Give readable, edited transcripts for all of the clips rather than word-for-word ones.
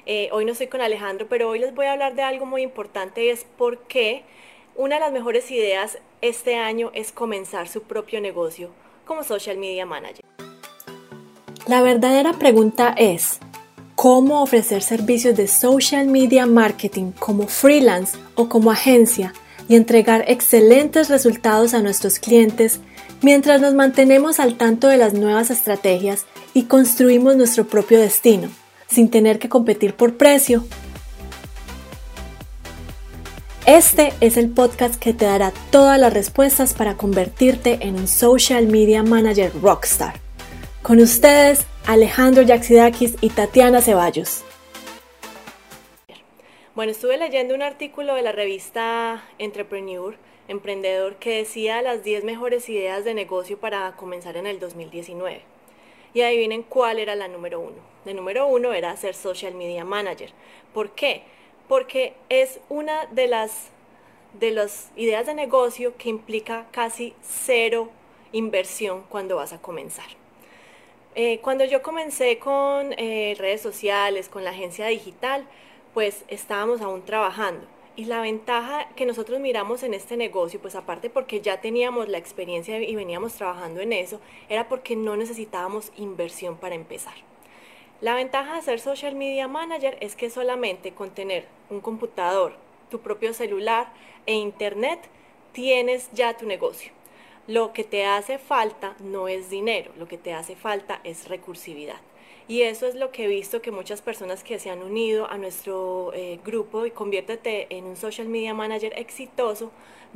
Hoy no estoy con Alejandro, pero hoy les voy a hablar de algo muy importante y es por qué una de las mejores ideas este año es comenzar su propio negocio como social media manager. La verdadera pregunta es, ¿cómo ofrecer servicios de social media marketing como freelance o como agencia y entregar excelentes resultados a nuestros clientes mientras nos mantenemos al tanto de las nuevas estrategias y construimos nuestro propio destino, sin tener que competir por precio? Este es el podcast que te dará todas las respuestas para convertirte en un social media manager rockstar. Con ustedes, Alejandro Yaxidakis y Tatiana Ceballos. Bueno, estuve leyendo un artículo de la revista Entrepreneur, Emprendedor, que decía las 10 mejores ideas de negocio para comenzar en el 2019. Y adivinen cuál era la número uno. La número uno era ser social media manager. ¿Por qué? Porque es una de las ideas de negocio que implica casi cero inversión cuando vas a comenzar. Cuando yo comencé con redes sociales, con la agencia digital, pues estábamos aún trabajando. Y la ventaja que nosotros miramos en este negocio, pues aparte porque ya teníamos la experiencia y veníamos trabajando en eso, era porque no necesitábamos inversión para empezar. La ventaja de ser social media manager es que solamente con tener un computador, tu propio celular e internet, tienes ya tu negocio. Lo que te hace falta no es dinero, lo que te hace falta es recursividad. Y eso es lo que he visto que muchas personas que se han unido a nuestro grupo y conviértete en un social media manager exitoso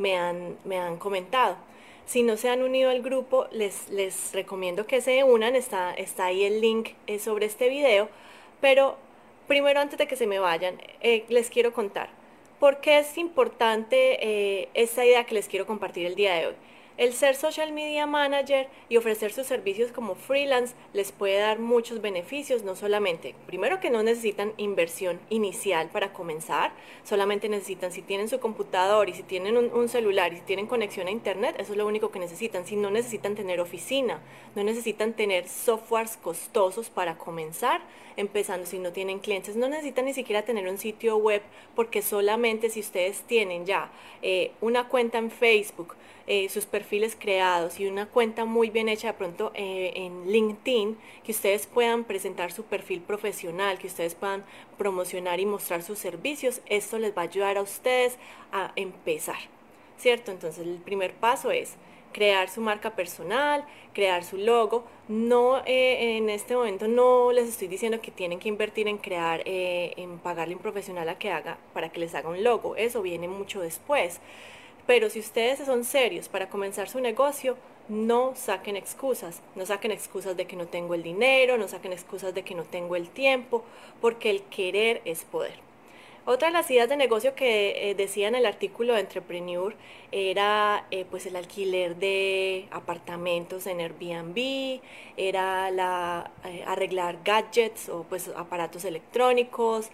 me han comentado. Si no se han unido al grupo, les recomiendo que se unan, está ahí el link sobre este video, pero primero antes de que se me vayan, les quiero contar por qué es importante esta idea que les quiero compartir el día de hoy. El ser social media manager y ofrecer sus servicios como freelance les puede dar muchos beneficios, no solamente, primero que no necesitan inversión inicial para comenzar, solamente necesitan, si tienen su computador y si tienen un celular y si tienen conexión a internet, eso es lo único que necesitan. Si no necesitan tener oficina, no necesitan tener softwares costosos para comenzar, empezando si no tienen clientes, no necesitan ni siquiera tener un sitio web, porque solamente si ustedes tienen ya una cuenta en Facebook, sus perfiles creados y una cuenta muy bien hecha de pronto en LinkedIn, que ustedes puedan presentar su perfil profesional, que ustedes puedan promocionar y mostrar sus servicios, esto les va a ayudar a ustedes a empezar, ¿cierto? Entonces el primer paso es crear su marca personal, crear su logo. No, en este momento no les estoy diciendo que tienen que invertir en crear, en pagarle a un profesional a que haga, para que les haga un logo. Eso viene mucho después. Pero si ustedes son serios para comenzar su negocio, no saquen excusas. No saquen excusas de que no tengo el dinero, no saquen excusas de que no tengo el tiempo, porque el querer es poder. Otra de las ideas de negocio que decía en el artículo de Entrepreneur era pues el alquiler de apartamentos en Airbnb, era arreglar gadgets o pues aparatos electrónicos,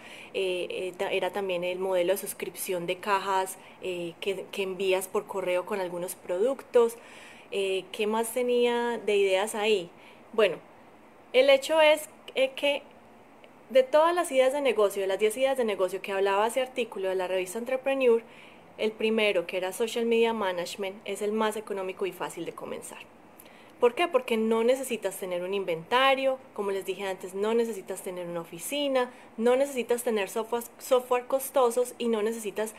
era también el modelo de suscripción de cajas que envías por correo con algunos productos. ¿Qué más tenía de ideas ahí? Bueno, el hecho es que de todas las ideas de negocio, de las 10 ideas de negocio que hablaba ese artículo de la revista Entrepreneur, el primero, que era Social Media Management, es el más económico y fácil de comenzar. ¿Por qué? Porque no necesitas tener un inventario, como les dije antes, no necesitas tener una oficina, no necesitas tener software costosos y no necesitas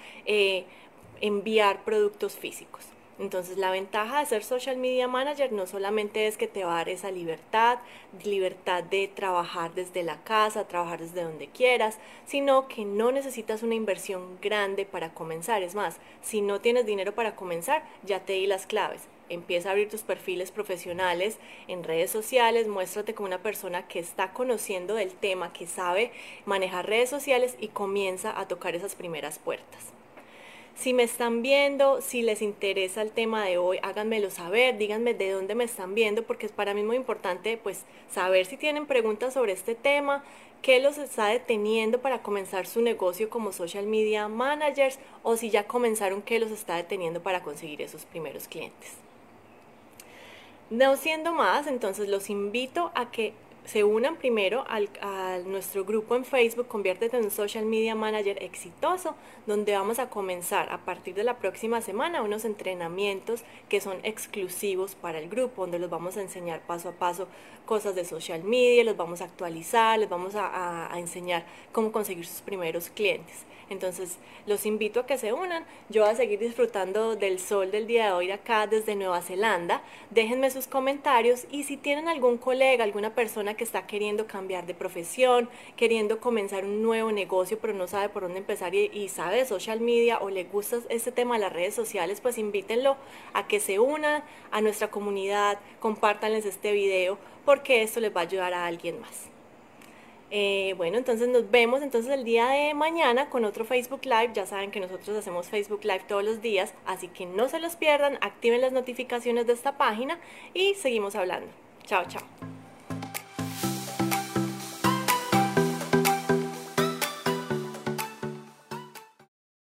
enviar productos físicos. Entonces la ventaja de ser social media manager no solamente es que te va a dar esa libertad de trabajar desde la casa, trabajar desde donde quieras, sino que no necesitas una inversión grande para comenzar. Es más, si no tienes dinero para comenzar, ya te di las claves. Empieza a abrir tus perfiles profesionales en redes sociales, muéstrate como una persona que está conociendo del tema, que sabe manejar redes sociales y comienza a tocar esas primeras puertas. Si me están viendo, si les interesa el tema de hoy, háganmelo saber, díganme de dónde me están viendo, porque para mí es muy importante pues saber si tienen preguntas sobre este tema, qué los está deteniendo para comenzar su negocio como social media managers, o si ya comenzaron, qué los está deteniendo para conseguir esos primeros clientes. No siendo más, entonces los invito a que se unan primero a nuestro grupo en Facebook, Conviértete en un Social Media Manager exitoso, donde vamos a comenzar a partir de la próxima semana unos entrenamientos que son exclusivos para el grupo, donde los vamos a enseñar paso a paso cosas de social media, los vamos a actualizar, les vamos a enseñar cómo conseguir sus primeros clientes. Entonces los invito a que se unan. Yo voy a seguir disfrutando del sol del día de hoy acá desde Nueva Zelanda. Déjenme sus comentarios y si tienen algún colega, alguna persona que está queriendo cambiar de profesión, queriendo comenzar un nuevo negocio pero no sabe por dónde empezar y sabe de social media o le gusta este tema de las redes sociales, pues invítenlo a que se unan a nuestra comunidad, compártanles este video porque esto les va a ayudar a alguien más. Bueno, entonces nos vemos entonces el día de mañana con otro Facebook Live. Ya saben que nosotros hacemos Facebook Live todos los días, así que no se los pierdan, activen las notificaciones de esta página y seguimos hablando. Chao, chao.